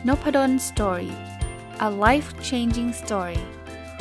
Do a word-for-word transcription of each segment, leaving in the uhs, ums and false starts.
Noppadan Story. A life-changing story.ส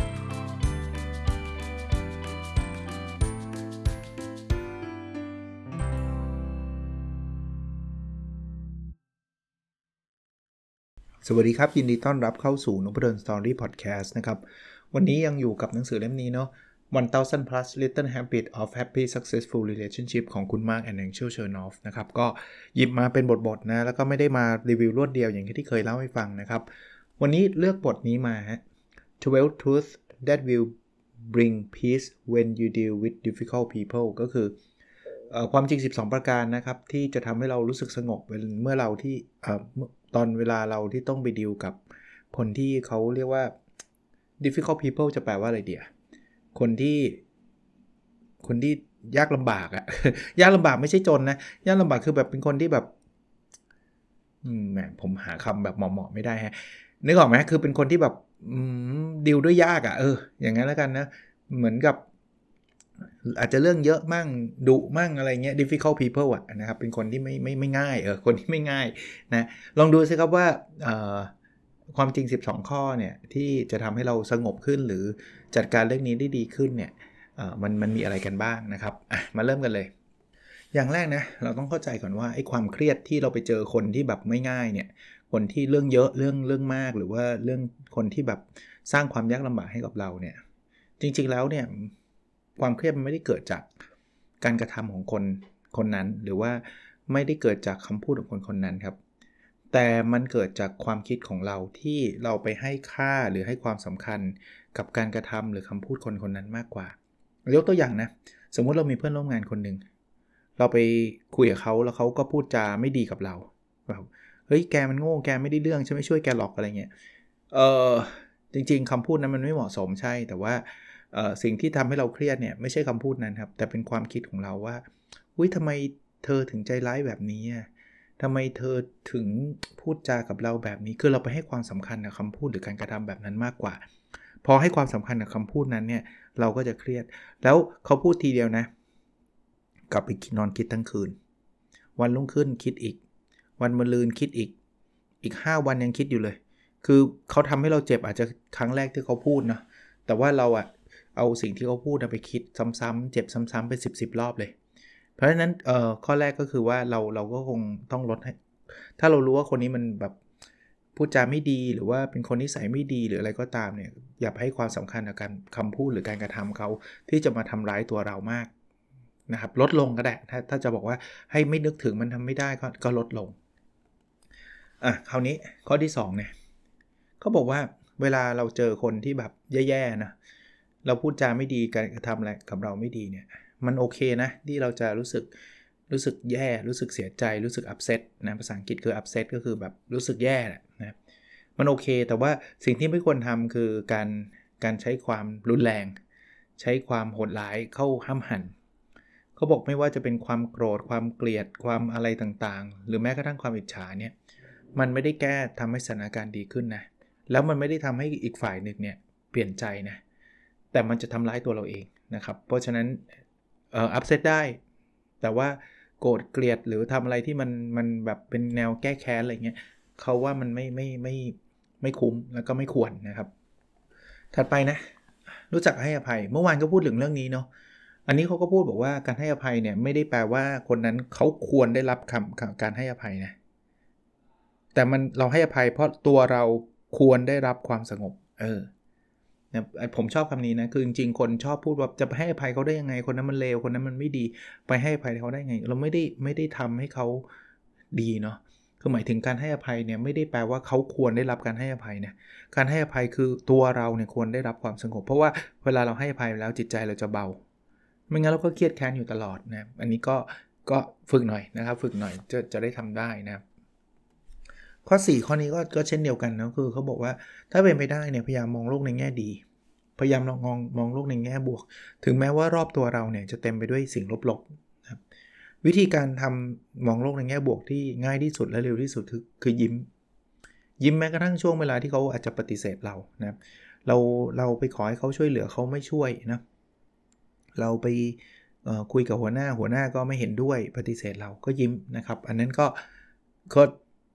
วัสดีครับยินดีต้อนรับเข้าสู่ Noppadan Story Podcast นะครับวันนี้ยังอยู่กับหนังสือเล่มนี้เนาะone thousand plus Little Habits of Happy Successful Relationship ของคุณ Mark and Rachel Chernoff นะครับก็หยิบมาเป็นบทๆนะแล้วก็ไม่ได้มารีวิวรวดเดียวอย่างที่เคยเล่าให้ฟังนะครับวันนี้เลือกบทนี้มาฮะtwelve truths that will bring peace when you deal with difficult people ก็คือเอ่อความจริงสิบสองประการนะครับที่จะทำให้เรารู้สึกสงบเมื่อเราที่เอ่อตอนเวลาเราที่ต้องไปดีลกับคนที่เขาเรียกว่า difficult people จะแปลว่าอะไรเดียวคนที่คนที่ยากลำบากอะ ยากลำบากไม่ใช่จนนะยากลำบากคือแบบเป็นคนที่แบบอืมแหมผมหาคำแบบเหมาะๆไม่ได้ฮะนึกออกไหมคือเป็นคนที่แบบดีลด้วยยากอะเอออย่างนั้นแล้วกันนะเหมือนกับอาจจะเรื่องเยอะมั่งดุมั่งอะไรเงี้ย difficult people อะนะครับเป็นคนที่ไม่ไม่ไม่ง่ายเออคนที่ไม่ง่ายนะลองดูสิครับว่าเอ่อความจริงสิบสองข้อเนี่ยที่จะทำให้เราสงบขึ้นหรือจัดการเรื่องนี้ได้ดีขึ้นเนี่ยเอ่อมันมันมีอะไรกันบ้างนะครับอ่ะมาเริ่มกันเลยอย่างแรกนะเราต้องเข้าใจก่อนว่าไอ้ความเครียดที่เราไปเจอคนที่แบบไม่ง่ายเนี่ยคนที่เรื่องเยอะเรื่องเรื่องมากหรือว่าเรื่องคนที่แบบสร้างความยากลำบากให้กับเราเนี่ยจริงๆแล้วเนี่ยความเครียดมันไม่ได้เกิดจากการกระทำของคนคนนั้นหรือว่าไม่ได้เกิดจากคำพูดของคนคนนั้นครับแต่มันเกิดจากความคิดของเราที่เราไปให้ค่าหรือให้ความสำคัญกับการกระทำหรือคำพูดคนคนนั้นมากกว่ายกตัวอย่างนะสมมุติเรามีเพื่อนร่วมงานคนหนึ่งเราไปคุยกับเขาแล้วเขาก็พูดจาไม่ดีกับเราแบบเฮ้ยแกมันโง่แกไม่ได้เรื่องฉันไม่ช่วยแกหรอกอะไรเงี้ยเออจริงๆคำพูดนั้นมันไม่เหมาะสมใช่แต่ว่าเอ่อสิ่งที่ทำให้เราเครียดเนี่ยไม่ใช่คำพูดนั้นครับแต่เป็นความคิดของเราว่าอุ๊ยทำไมเธอถึงใจร้ายแบบนี้อ่ะทำไมเธอถึงพูดจากับเราแบบนี้คือเราไปให้ความสำคัญกับคำพูดหรือการกระทำแบบนั้นมากกว่าพอให้ความสำคัญกับคำพูดนั้นเนี่ยเราก็จะเครียดแล้วเขาพูดทีเดียวนะกลับไปนอนคิดทั้งคืนวันรุ่งขึ้นคิดอีกวันมะรืนคิดอีกอีกห้าวันยังคิดอยู่เลยคือเขาทำให้เราเจ็บอาจจะครั้งแรกที่เขาพูดนะแต่ว่าเราอะเอาสิ่งที่เขาพูดไปคิดซ้ำๆเจ็บซ้ำๆเป็นสิบสิบรอบเลยเพราะฉะนั้นเอ่อข้อแรกก็คือว่าเราเราก็คงต้องลดให้ถ้าเรารู้ว่าคนนี้มันแบบพูดจาไม่ดีหรือว่าเป็นคนนิสัยไม่ดีหรืออะไรก็ตามเนี่ยอย่าให้ความสำคัญกับการคำพูดหรือการกระทำเขาที่จะมาทำร้ายตัวเรามากนะครับลดลงก็ได้ถ้าถ้าจะบอกว่าให้ไม่นึกถึงมันทำไม่ได้ก็ก็ลดลงอ่ะคราวนี้ข้อที่สองเนี่ยเขาบอกว่าเวลาเราเจอคนที่แบบแย่ๆนะเราพูดจาไม่ดีการกระทำอะไรกับเราไม่ดีเนี่ยมันโอเคนะที่เราจะรู้สึกรู้สึกแย่รู้สึกเสียใจรู้สึก upset นะภาษาอังกฤษคือ upset ก็คือแบบรู้สึกแย่แหละนะมันโอเคแต่ว่าสิ่งที่ไม่ควรทำคือการการใช้ความรุนแรงใช้ความโหดร้ายเข้าห้ามหันเขาบอกไม่ว่าจะเป็นความโกรธความเกลียดความอะไรต่างๆหรือแม้กระทั่งความอิจฉาเนี่ยมันไม่ได้แก้ทำให้สถานการณ์ดีขึ้นนะแล้วมันไม่ได้ทำให้อีกฝ่ายหนึ่งเนี่ยเปลี่ยนใจนะแต่มันจะทำร้ายตัวเราเองนะครับเพราะฉะนั้นเอ่อ upset ได้แต่ว่าโกรธเกลียดหรือทำอะไรที่มันมันแบบเป็นแนวแก้แค้นอะไรเงี้ยเขาว่ามันไม่ไม่ไม่ไม่คุ้มแล้วก็ไม่ควรนะครับถัดไปนะรู้จักให้อภัยเมื่อวานก็พูดถึงเรื่องนี้เนาะอันนี้เขาก็พูดบอกว่าการให้อภัยเนี่ยไม่ได้แปลว่าคนนั้นเขาควรได้รับคำการให้อภัยนะแต่มันเราให้อภัยเพราะตัวเราควรได้รับความสงบเออนะผมชอบคำนี้นะคือจริงๆคนชอบพูดว่าจะไปให้อภัยเขาได้ยังไงคนนั้นมันเลวคนนั้นมันไม่ดีไปให้อภัยเขาได้ไงเราไม่ได้ไม่ได้ทำให้เขาดีเนาะคือหมายถึงการให้อภัยเนี่ยไม่ได้แปลว่าเขาควรได้รับการให้อภัยนะการให้อภัยคือตัวเราเนี่ยควรได้รับความสงบเพราะว่าเวลาเราให้อภัยแล้วจิตใจเราจะเบาไม่งั้นเราก็เครียดแค้นอยู่ตลอดนะอันนี้ก็ก็ฝึกหน่อยนะครับฝึกหน่อยจะจะได้ทำได้นะข้อสี่ข้อนี้ก็ก็เช่นเดียวกันนะคือเขาบอกว่าถ้าเป็นไปได้เนี่ยพยายามมองโลกในแง่ดีพยายามลองมองมองโลกในแง่บวกถึงแม้ว่ารอบตัวเราเนี่ยจะเต็มไปด้วยสิ่งลบๆนะครับวิธีการทำมองโลกในแง่บวกที่ง่ายที่สุดและเร็วที่สุดคือคือยิ้มยิ้มแม้กระทั่งช่วงเวลาที่เขาอาจจะปฏิเสธเรานะครับเราเราไปขอให้เขาช่วยเหลือเขาไม่ช่วยนะเราไปคุยกับหัวหน้าหัวหน้าก็ไม่เห็นด้วยปฏิเสธเราก็ยิ้มนะครับอันนั้นก็ก็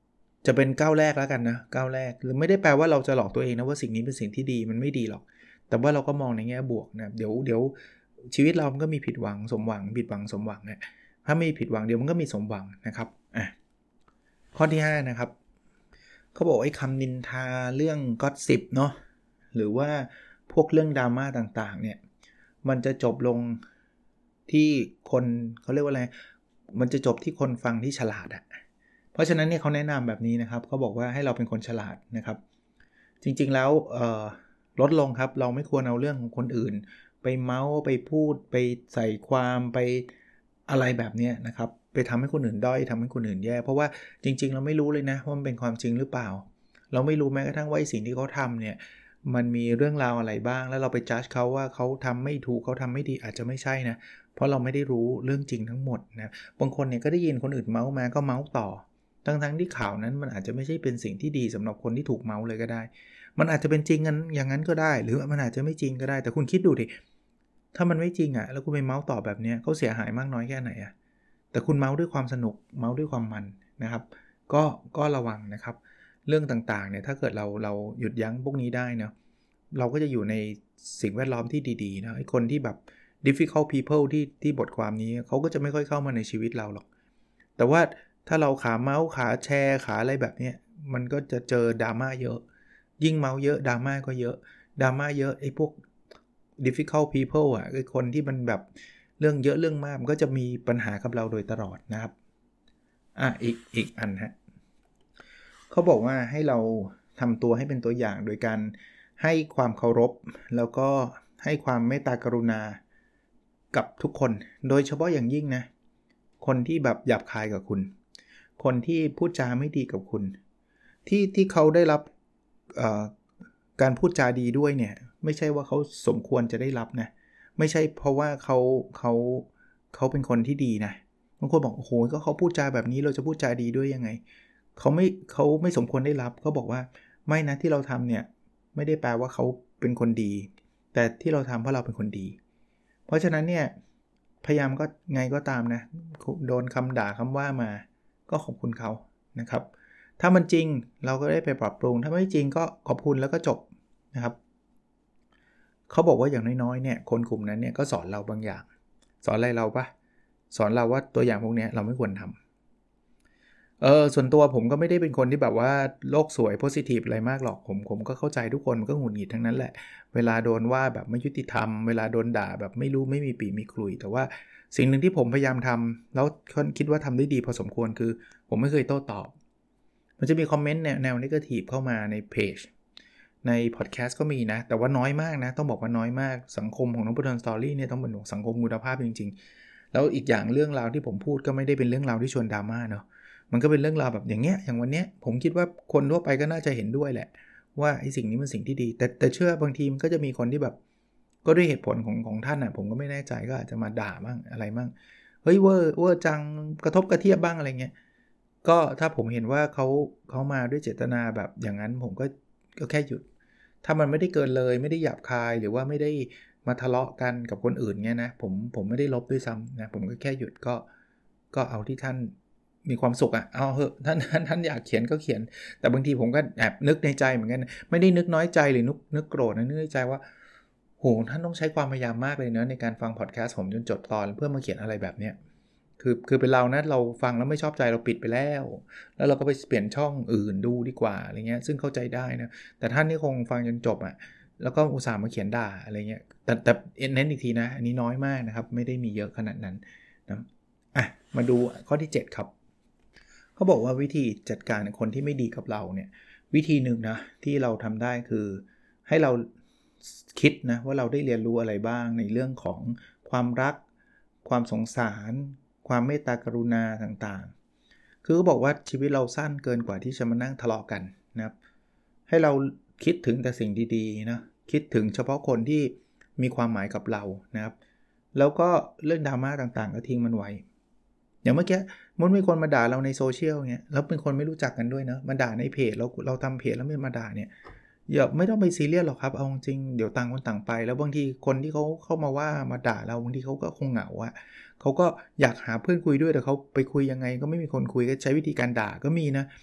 จะเป็นก้าวแรกแล้วกันนะก้าวแรกหรือไม่ได้แปลว่าเราจะหลอกตัวเองนะว่าสิ่งนี้เป็นสิ่งที่ดีมันไม่ดีหรอกแต่ว่าเราก็มองในแง่บวกนะเดี๋ยวเดี๋ยวชีวิตเรามันก็มีผิดหวังสมหวังผิดหวังสมหวังนะถ้าไม่ผิดหวังเดี๋ยวมันก็มีสมหวังนะครับอ่ะข้อที่ห้านะครับเขาบอกไอ้คำนินทาเรื่องก็อสซิปเนาะหรือว่าพวกเรื่องดราม่าต่างๆเนี่ยมันจะจบลงที่คนเขาเรียกว่าอะไรมันจะจบที่คนฟังที่ฉลาดอะเพราะฉะนั้นเนี่ยเขาแนะนำแบบนี้นะครับเขาบอกว่าให้เราเป็นคนฉลาดนะครับจริงๆแล้วลดลงครับเราไม่ควรเอาเรื่องของคนอื่นไปเมาส์ไปพูดไปใส่ความไปอะไรแบบนี้นะครับไปทำให้คนอื่นด้อยทำให้คนอื่นแย่เพราะว่าจริงๆเราไม่รู้เลยนะว่ามันเป็นความจริงหรือเปล่าเราไม่รู้แม้กระทั่งว่าสิ่งที่เขาทำเนี่ยมันมีเรื่องราวอะไรบ้างแล้วเราไปจัดเขาว่าเขาทำไม่ถูกเขาทำไม่ดีอาจจะไม่ใช่นะเพราะเราไม่ได้รู้เรื่องจริงทั้งหมดนะบางคนเนี่ยก็ได้ยินคนอื่นเมาส์มาก็เมาส์ต่อทั้งๆที่ข่าวนั้นมันอาจจะไม่ใช่เป็นสิ่งที่ดีสำหรับคนที่ถูกเมาส์เลยก็ได้มันอาจจะเป็นจริงกันอย่างนั้นก็ได้หรือมันอาจจะไม่จริงก็ได้แต่คุณคิดดูดิถ้ามันไม่จริงอ่ะแล้วคุณไปเมาส์ต่อแบบนี้เขาเสียหายมากน้อยแค่ไหนอ่ะแต่คุณเมาส์ด้วยความสนุกเมาส์ด้วยความมันนะครับก็ก็ระวังนะครับเรื่องต่างๆเนี่ยถ้าเกิดเราเราหยุดยั้งพวกนี้ได้เนาะเราก็จะอยู่ในสิ่งแวดล้อมที่ดีๆนะไอ้คนที่แบบ difficult people ที่ที่บทความนี้เขาก็จะไม่ค่อยเข้ามาในชีวิตเราหรอกแต่ว่าถ้าเราขาเมาส์ขาแชร์ขาอะไรแบบนี้มันก็จะเจอดราม่าเยอะยิ่งเมาส์เยอะดราม่าก็เยอะดราม่าเยอะไอ้พวก difficult people อ่ะคือคนที่มันแบบเรื่องเยอะเรื่องมากมันก็จะมีปัญหากับเราโดยตลอดนะครับอ่ะอีกอีกอันฮะเขาบอกว่าให้เราทำตัวให้เป็นตัวอย่างโดยการให้ความเคารพแล้วก็ให้ความเมตตากรุณากับทุกคนโดยเฉพาะอย่างยิ่งนะคนที่แบบหยาบคายกับคุณคนที่พูดจาไม่ดีกับคุณที่ที่เขาได้รับการพูดจาดีด้วยเนี่ยไม่ใช่ว่าเขาสมควรจะได้รับนะไม่ใช่เพราะว่าเขาเขาเขาเป็นคนที่ดีนะบางคนบอกโอ้โหก็เขาพูดจาแบบนี้เราจะพูดจาดีด้วยยังไงเขาไม่เขาไม่สมควรได้รับเขาบอกว่าไม่นะที่เราทำเนี่ยไม่ได้แปลว่าเขาเป็นคนดีแต่ที่เราทำเพราะเราเป็นคนดีเพราะฉะนั้นเนี่ยพยายามก็ไงก็ตามนะโดนคำด่าคำว่ามาก็ขอบคุณเขานะครับถ้ามันจริงเราก็ได้ไปปรับปรุงถ้าไม่จริงก็ขอบคุณแล้วก็จบนะครับเขาบอกว่าอย่างน้อยๆเนี่ยคนกลุ่มนั้นเนี่ยก็สอนเราบางอย่างสอนอะไรเราปะสอนเราว่าตัวอย่างพวกนี้เราไม่ควรทำเออส่วนตัวผมก็ไม่ได้เป็นคนที่แบบว่าโลกสวยโพสิทีฟอะไรมากหรอกผมผมก็เข้าใจทุกคนมันก็หงุดหงิดทั้งนั้นแหละเวลาโดนว่าแบบไม่ยุติธรรมเวลาโดนด่าแบบไม่รู้ไม่มีปีมีคลุยแต่ว่าสิ่งหนึ่งที่ผมพยายามทำแล้วคิดว่าทำได้ดีพอสมควรคือผมไม่เคยโต้ตอบมันจะมีคอมเมนต์แนวแนวนิเกทีฟเข้ามาในเพจในพอดแคสต์ก็มีนะแต่ว่าน้อยมากนะต้องบอกว่าน้อยมากสังคมของน้องพุทธสตอรี่เนี่ยต้องเป็นสังคมคุณภาพจริงๆแล้วอีกอย่างเรื่องราวที่ผมพูดก็ไม่ได้เป็นเรื่องราวที่ชวนดราม่าเนาะมันก็เป็นเรื่องราวแบบอย่างเงี้ยอย่างวันเนี้ยผมคิดว่าคนทั่วไปก็น่าจะเห็นด้วยแหละว่าไอ้สิ่งนี้มันสิ่งที่ดีแต่แต่เชื่อบางทีมันก็จะมีคนที่แบบก็ด้วยเหตุผลของของท่านน่ะผมก็ไม่แน่ใจก็อาจจะมาด่าบ้างอะไรบ้างเฮ้ยเวอร์เวอร์จังกระทบกระเทียบบ้างอะไรเงี้ยก็ถ้าผมเห็นว่าเขาเขามาด้วยเจตนาแบบอย่างนั้นผมก็ก็แค่หยุดถ้ามันไม่ได้เกินเลยไม่ได้หยาบคายหรือว่าไม่ได้มาทะเลาะกันกับคนอื่นเงี้ยนะผมผมไม่ได้ลบด้วยซ้ำนะผมก็แค่หยุดก็ก็เอาที่ท่านมีความสุขอะเอาเหอะท่านท่านอยากเขียนก็เขียนแต่บางทีผมก็แอบนึกในใจเหมือนกันไม่ได้นึกน้อยใจหรือนึกนึกโกรธนะนึกในใจว่าโหท่านต้องใช้ความพยายามมากเลยเนอะในการฟังพอดแคสต์ผมจนจบตอนเพื่อมาเขียนอะไรแบบเนี้ยคือคือเป็นเรานะเราฟังแล้วไม่ชอบใจเราปิดไปแล้วแล้วเราก็ไปเปลี่ยนช่องอื่นดูดีกว่าอะไรเงี้ยซึ่งเข้าใจได้นะแต่ท่านนี่คงฟังจนจบอะแล้วก็อุตส่าห์มาเขียนด่าอะไรเงี้ยแต่แต่เน้นอีกทีนะอันนี้น้อยมากนะครับไม่ได้มีเยอะขนาดนั้นนะอ่ะมาดูข้อที่เจ็ดครับเขาบอกว่าวิธีจัดการคนที่ไม่ดีกับเราเนี่ยวิธีหนึ่งนะที่เราทำได้คือให้เราคิดนะว่าเราได้เรียนรู้อะไรบ้างในเรื่องของความรักความสงสารความเมตตากรุณาต่างๆคือเขาบอกว่าชีวิตเราสั้นเกินกว่าที่จะมานั่งทะเลาะกันนะครับให้เราคิดถึงแต่สิ่งดีๆนะคิดถึงเฉพาะคนที่มีความหมายกับเรานะครับแล้วก็เรื่องดราม่าต่างๆก็ทิ้งมันไว้อย่างเมื่อกี้มันมีคนมาด่าเราในโซเชียลเงี้ยแล้วเป็นคนไม่รู้จักกันด้วยนะมาด่าในเพจเราเราทำเพจแล้วไม่มาด่าเนี่ยอย่าไม่ต้องไปซีเรียสหรอกครับเอาจริงเดี๋ยวต่างคนต่างไปแล้วบางทีคนที่เขาเข้ามาว่ามาด่าเราบางทีเขาก็คงเหงาอะเขาก็อยากหาเพื่อนคุยด้วยแต่เขาไปคุยยังไงก็ไม่มีคนคุยก็ใช้วิธีการด่าก็มีนะเ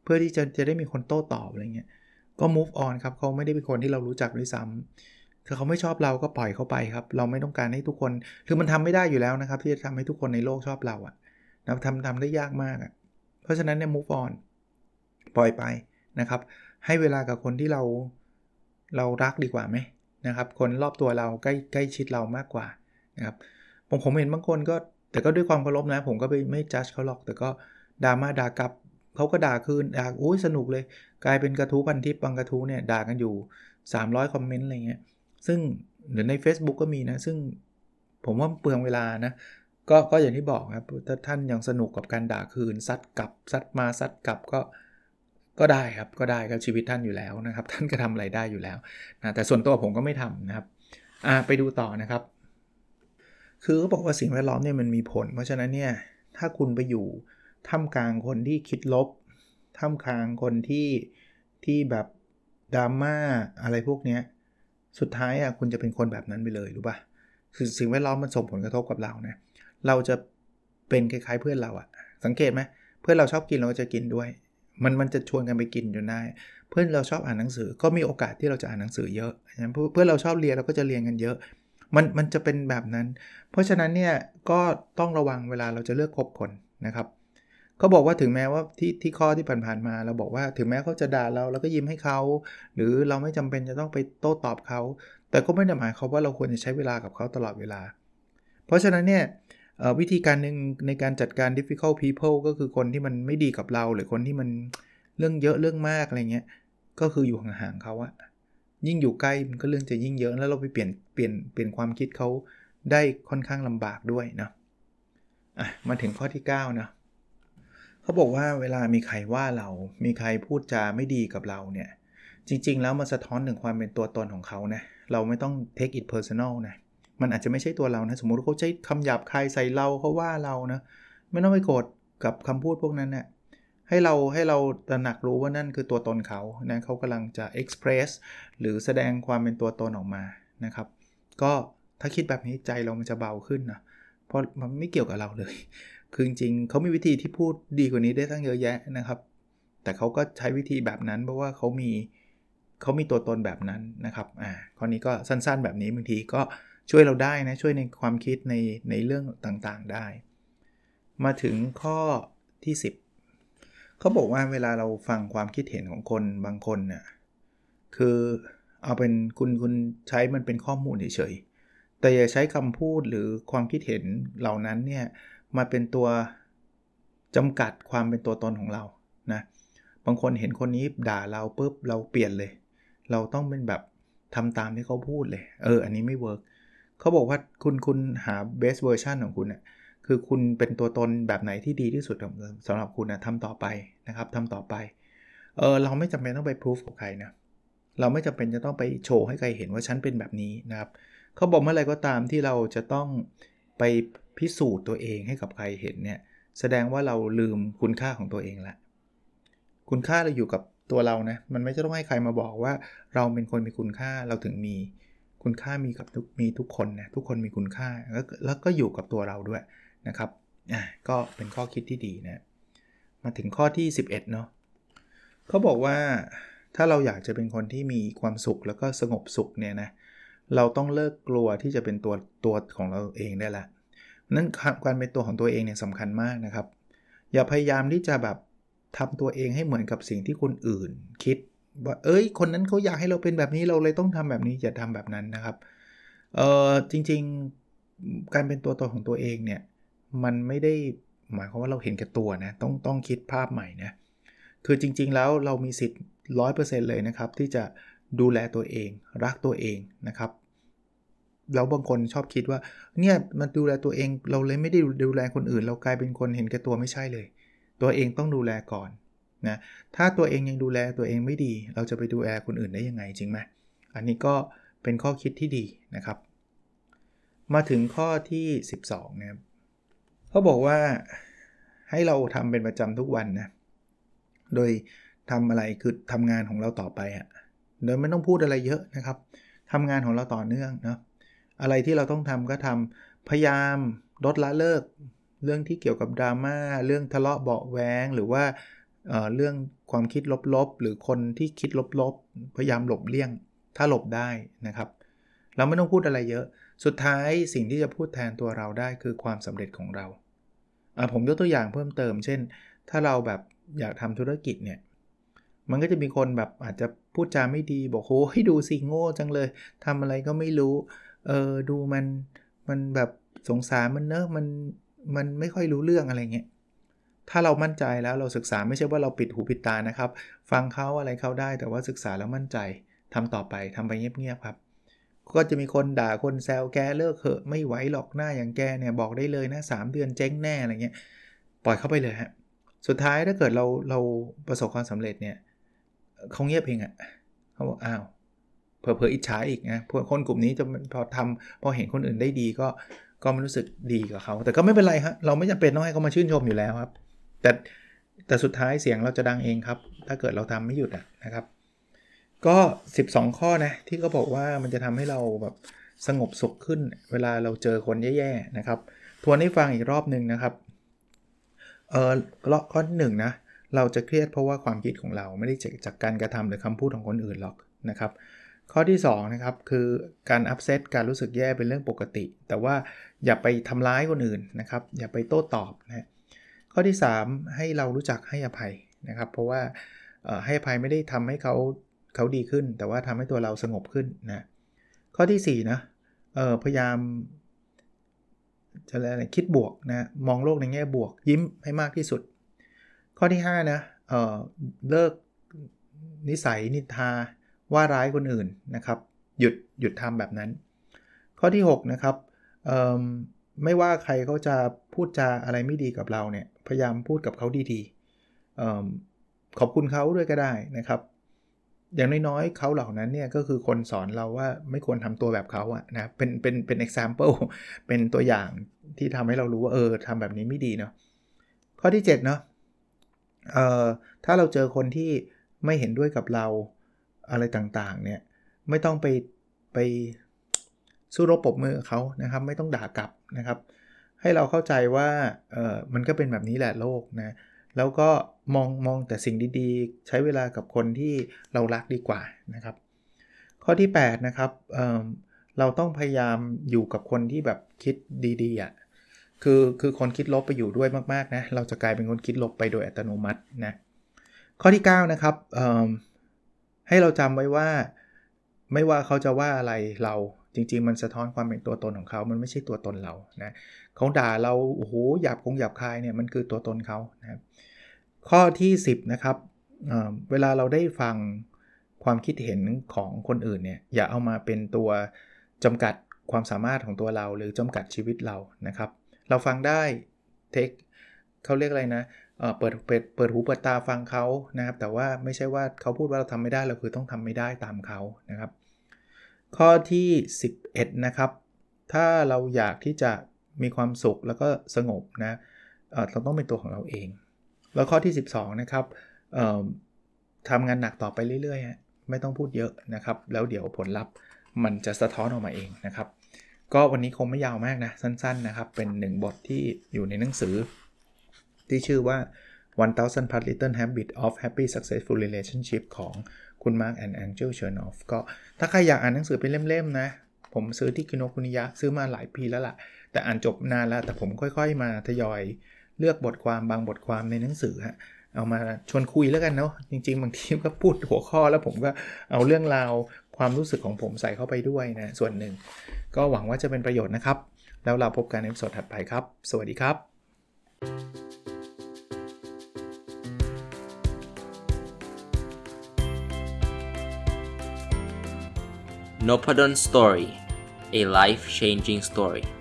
พื่อที่จะจะได้มีคนโต้ตอบอะไรเงี้ยก็ move on ครับเขาไม่ได้เป็นคนที่เรารู้จักด้วยซ้ำถ้าเขาไม่ชอบเราก็ปล่อยเขาไปครับเราไม่ต้องการให้ทุกคนคือมันทำไม่ได้อยู่แล้วนะครับที่จะทำให้ทุกคนในโลกชอบเราอะนะทำทำได้ยากมากอะเพราะฉะนั้นเนี่ย move on ปล่อยไปนะครับให้เวลากับคนที่เราเรารักดีกว่าไหมนะครับคนรอบตัวเราใกล้ใกล้ชิดเรามากกว่านะครับผมผมเห็นบางคนก็แต่ก็ด้วยความเคารพนะผมก็ไปไม่จัดเขาหรอกแต่ก็ดราม่าด่ากลับเขาก็ด่าคืนด่าโอ้ยสนุกเลยกลายเป็นกระทู้พันทิปบางกระทู้เนี่ยด่ากันอยู่สามร้อยคอมเมนต์อะไรเงี้ยซึ่งหรือใน Facebook ก็มีนะซึ่งผมว่าเปลืองเวลานะก็ก็อย่างที่บอกครับถ้าท่านยังสนุกกับการด่าคืนซัดกลับซัดมาซัดกลับก็ก็ได้ครับก็ได้ครับชีวิตท่านอยู่แล้วนะครับท่านก็ทำอะไรได้อยู่แล้วนะแต่ส่วนตัวผมก็ไม่ทำนะครับอ่าไปดูต่อนะครับคือเขาบอกว่าสิ่งแวดล้อมเนี่ยมันมีผลเพราะฉะนั้นเนี่ยถ้าคุณไปอยู่ท่ามกลางคนที่คิดลบท่ามกลางคนที่ที่แบบดราม่าอะไรพวกนี้สุดท้ายอ่ะคุณจะเป็นคนแบบนั้นไปเลยรู้ป่ะคือสิ่งแวดล้อมมันส่งผลกระทบกับเรานะเราจะเป็นคล้ายๆเพื่อนเราอ่ะสังเกตไหมเพื่อนเราชอบกินเราก็จะกินด้วยมันมันจะชวนกันไปกินจนได้เพื่อนเราชอบอ่านหนังสือก็มีโอกาสที่เราจะอ่านหนังสือเยอะเพื่อนเราชอบเรียนเราก็จะเรียนกันเยอะมันมันจะเป็นแบบนั้นเพราะฉะนั้นเนี่ยก็ต้องระวังเวลาเราจะเลือกคบคนนะครับเขาบอกว่าถึงแม้ว่าที่ที่ข้อที่ผ่านๆมาเราบอกว่าถึงแม้เขาจะด่าเราเราก็ยิ้มให้เขาหรือเราไม่จำเป็นจะต้องไปโต้ตอบเขาแต่ก็ไม่ได้หมายความว่าเราควรจะใช้เวลากับเขาตลอดเวลาเพราะฉะนั้นเนี่ยวิธีการหนึ่งในการจัดการ difficult people ก็คือคนที่มันไม่ดีกับเราหรือคนที่มันเรื่องเยอะเรื่องมากอะไรเงี้ยก็คืออยู่ห่างๆเขาอะยิ่งอยู่ใกล้มันก็เรื่องจะยิ่งเยอะแล้วเราไปเปลี่ยนเปลี่ยนเปลี่ยนความคิดเขาได้ค่อนข้างลำบากด้วยนะอ่ะมาถึงข้อที่เก้านะเขาบอกว่าเวลามีใครว่าเรามีใครพูดจาไม่ดีกับเราเนี่ยจริงๆแล้วมันสะท้อนถึงความเป็นตัวตนของเขานะเราไม่ต้อง take it personal นะมันอาจจะไม่ใช่ตัวเรานะสมมุติเขาใช้คำหยาบคายใส่เราเขาว่าเรานะไม่ต้องไปโกรธกับคำพูดพวกนั้นนะให้เราให้เราตระหนักรู้ว่านั่นคือตัวตนเขานะเขากำลังจะ express หรือแสดงความเป็นตัวตนออกมานะครับก็ถ้าคิดแบบนี้ใจเรามันจะเบาขึ้นนะเพราะมันไม่เกี่ยวกับเราเลยคือจริงๆเขามีวิธีที่พูดดีกว่านี้ได้ตั้งเยอะแยะนะครับแต่เขาก็ใช้วิธีแบบนั้นเพราะว่าเขามีเขามีตัวตนแบบนั้นนะครับอ่าข้อนี้ก็สั้นๆแบบนี้บางทีก็ช่วยเราได้นะช่วยในความคิดในในเรื่องต่างๆได้มาถึงข้อที่สิบเขาบอกว่าเวลาเราฟังความคิดเห็นของคนบางคนเนี่ยคือเอาเป็นคุณคุณใช้มันเป็นข้อมูลเฉยๆแต่อย่าใช้คำพูดหรือความคิดเห็นเหล่านั้นเนี่ยมาเป็นตัวจำกัดความเป็นตัวตนของเรานะบางคนเห็นคนนี้ด่าเราปุ๊บเราเปลี่ยนเลยเราต้องเป็นแบบทำตามที่เขาพูดเลยเอออันนี้ไม่เวิร์กเขาบอกว่าคุณคุณหา best version ของคุณเนี่ยคือคุณเป็นตัวตนแบบไหนที่ดีที่สุดสำหรับคุณนะทำต่อไปนะครับทำต่อไปเออเราไม่จำเป็นต้องไป proof กับใครนะเราไม่จำเป็นจะต้องไปโชว์ให้ใครเห็นว่าฉันเป็นแบบนี้นะครับเขาบอกเมื่อไรก็ตามที่เราจะต้องไปพิสูจน์ตัวเองให้กับใครเห็นเนี่ยแสดงว่าเราลืมคุณค่าของตัวเองละคุณค่าเราอยู่กับตัวเรานะมันไม่ต้องให้ใครมาบอกว่าเราเป็นคนมีคุณค่าเราถึงมีคุณค่ามีกับทุกมีทุกคนนะทุกคนมีคุณค่าแล้วแล้วก็อยู่กับตัวเราด้วยนะครับอ่ะก็เป็นข้อคิดที่ดีนะมาถึงข้อที่สิบเอ็ดเนาะเขาบอกว่าถ้าเราอยากจะเป็นคนที่มีความสุขแล้วก็สงบสุขเนี่ยนะเราต้องเลิกกลัวที่จะเป็นตัวตัวของเราเองได้ละนั้นการเป็นตัวของตัวเองเนี่ยสำคัญมากนะครับอย่าพยายามที่จะแบบทำตัวเองให้เหมือนกับสิ่งที่คนอื่นคิดว่าเอ้ยคนนั้นเขาอยากให้เราเป็นแบบนี้เราเลยต้องทำแบบนี้อย่าทำแบบนั้นนะครับเออจริงๆการเป็นตัวตนของตัวเองเนี่ยมันไม่ได้หมายความว่าเราเห็นแก่ตัวนะต้องต้องคิดภาพใหม่นะคือจริงๆแล้วเรามีสิทธิ์ ร้อยเปอร์เซ็นต์ เลยนะครับที่จะดูแลตัวเองรักตัวเองนะครับแล้วบางคนชอบคิดว่าเนี่ยมันดูแลตัวเองเราเลยไม่ได้ดูแลคนอื่นเรากลายเป็นคนเห็นแก่ตัวไม่ใช่เลยตัวเองต้องดูแลก่อนนะถ้าตัวเองยังดูแลตัวเองไม่ดีเราจะไปดูแลคนอื่นได้ยังไงจริงไหมอันนี้ก็เป็นข้อคิดที่ดีนะครับมาถึงข้อที่สิบสองนะครับเขาบอกว่าให้เราทำเป็นประจำทุกวันนะโดยทำอะไรคือทำงานของเราต่อไปอ่ะโดยไม่ต้องพูดอะไรเยอะนะครับทำงานของเราต่อเนื่องเนาะอะไรที่เราต้องทำก็ทำพยายามลดละเลิกเรื่องที่เกี่ยวกับดราม่าเรื่องทะเลาะเบาะแว้งหรือว่าเอ่อเรื่องความคิดลบๆหรือคนที่คิดลบๆพยายามหลบเลี่ยงถ้าหลบได้นะครับเราไม่ต้องพูดอะไรเยอะสุดท้ายสิ่งที่จะพูดแทนตัวเราได้คือความสำเร็จของเราอ่ะผมยกตัวอย่างเพิ่มเติมเช่นถ้าเราแบบอยากทำธุรกิจเนี่ยมันก็จะมีคนแบบอาจจะพูดจาไม่ดีบอกโหให้ดูสิโง่จังเลยทำอะไรก็ไม่รู้เออดูมันมันแบบสงสารมันเนอะมันมันไม่ค่อยรู้เรื่องอะไรเงี้ยถ้าเรามั่นใจแล้วเราศึกษาไม่ใช่ว่าเราปิดหูปิดตานะครับฟังเขาอะไรเขาได้แต่ว่าศึกษาแล้วมั่นใจทำต่อไปทำไปเงียบๆครับก็จะมีคนด่าคนแซวแกเลิกเหอะไม่ไหวหรอกหน้าอย่างแกเนี่ยบอกได้เลยนะสามเดือนเจ๊งแน่อะไรเงี้ยปล่อยเข้าไปเลยฮะสุดท้ายถ้าเกิดเราเราประสบความสำเร็จเนี่ยเขาเงียบเองอะเขาบอกอ้าวเผลอๆอิจฉาอีกนะพวกคนกลุ่มนี้จะพอทำพอเห็นคนอื่นได้ดีก็ก็ไม่รู้สึกดีกับเขาแต่ก็ไม่เป็นไรฮะเราไม่จำเป็นต้องให้เขามาชื่นชมอยู่แล้วครับแต่แต่สุดท้ายเสียงเราจะดังเองครับถ้าเกิดเราทำไม่หยุดอะนะครับก็สิบสองข้อนะที่เขาบอกว่ามันจะทำให้เราแบบสงบสุขขึ้นเวลาเราเจอคนแย่ๆนะครับทวนให้ฟังอีกรอบนึงนะครับเออข้อที่หนึ่งนะเราจะเครียดเพราะว่าความคิดของเราไม่ได้จากจากการกระทำหรือคำพูดของคนอื่นหรอกนะครับข้อที่สองนะครับคือการอัพเซตการรู้สึกแย่เป็นเรื่องปกติแต่ว่าอย่าไปทำร้ายคนอื่นนะครับอย่าไปโต้ตอบนะข้อที่สามให้เรารู้จักให้อภัยนะครับเพราะว่าให้อภัยไม่ได้ทำให้เขาเขาดีขึ้นแต่ว่าทำให้ตัวเราสงบขึ้นนะข้อที่สี่นะเออพยายามจะอะไรคิดบวกนะมองโลกในแง่บวกยิ้มให้มากที่สุดข้อที่ห้านะเออเลิกนิสัยนินทาว่าร้ายคนอื่นนะครับหยุดหยุดทำแบบนั้นข้อที่หกนะครับเอ่อไม่ว่าใครเขาจะพูดจาอะไรไม่ดีกับเราเนี่ยพยายามพูดกับเขาดีๆเอ่อขอบคุณเขาด้วยก็ได้นะครับอย่างน้อยๆเขาเหล่านั้นเนี่ยก็คือคนสอนเราว่าไม่ควรทำตัวแบบเขาอะนะเป็นเป็นเป็น example เป็นตัวอย่างที่ทำให้เรารู้ว่าเออทำแบบนี้ไม่ดีเนาะข้อที่เจ็ดเนาะเอ่อถ้าเราเจอคนที่ไม่เห็นด้วยกับเราอะไรต่างๆเนี่ยไม่ต้องไปไปสู้รบปรบมือกับเขานะครับไม่ต้องด่ากลับนะครับให้เราเข้าใจว่าเอ่อมันก็เป็นแบบนี้แหละโลกนะแล้วก็มองมองแต่สิ่งดีๆใช้เวลากับคนที่เรารักดีกว่านะครับข้อที่แปดนะครับเอ่อเราต้องพยายามอยู่กับคนที่แบบคิดดีๆอ่ะคือคือคนคิดลบไปอยู่ด้วยมากๆนะเราจะกลายเป็นคนคิดลบไปโดยอัตโนมัตินะข้อที่เก้านะครับเอ่อให้เราจำไว้ว่าไม่ว่าเขาจะว่าอะไรเราจริงๆมันสะท้อนความเป็นตัวตนของเขามันไม่ใช่ตัวตนเรานะเขาด่าเราโอ้โหหยาบคงหยาบคายเนี่ยมันคือตัวตนเขานะครับข้อที่สิบนะครับ เอ่อ เวลาเราได้ฟังความคิดเห็นของคนอื่นเนี่ยอย่าเอามาเป็นตัวจำกัดความสามารถของตัวเราหรือจำกัดชีวิตเรานะครับเราฟังได้เทคเขาเรียกอะไรนะเอ่อเปิดเปิดเปิดหูเปิดตาฟังเขานะครับแต่ว่าไม่ใช่ว่าเขาพูดว่าเราทำไม่ได้เราคือต้องทำไม่ได้ตามเขานะครับข้อที่สิบเอ็ดนะครับถ้าเราอยากที่จะมีความสุขแล้วก็สงบนะเอ่อเราต้องเป็นตัวของเราเองแล้วข้อที่สิบสองนะครับเอ่อทำงานหนักต่อไปเรื่อยๆไม่ต้องพูดเยอะนะครับแล้วเดี๋ยวผลลัพธ์มันจะสะท้อนออกมาเองนะครับก็วันนี้คงไม่ยาวมากนะสั้นๆนะครับเป็นหนึ่งบทที่อยู่ในหนังสือที่ชื่อว่า one thousand plus little habits of happy successful relationship ของคุณ Mark and Angel Chernoff ก็ถ้าใครอยากอ่านหนังสือเป็นเล่มๆนะผมซื้อที่คิโนคุนิยะซื้อมาหลายปีแล้วล่ะแต่อ่านจบนานแล้วแต่ผมค่อยๆมาทยอยเลือกบทความบางบทความในหนังสือฮะเอามาชวนคุยแล้วกันเนาะจริงๆบางทีก็พูดหัวข้อแล้วผมก็เอาเรื่องราวความรู้สึกของผมใส่เข้าไปด้วยนะส่วนหนึ่งก็หวังว่าจะเป็นประโยชน์นะครับแล้วเราพบกันในตอนถัดไปครับสวัสดีครับ Nopadon Story, a life-changing story.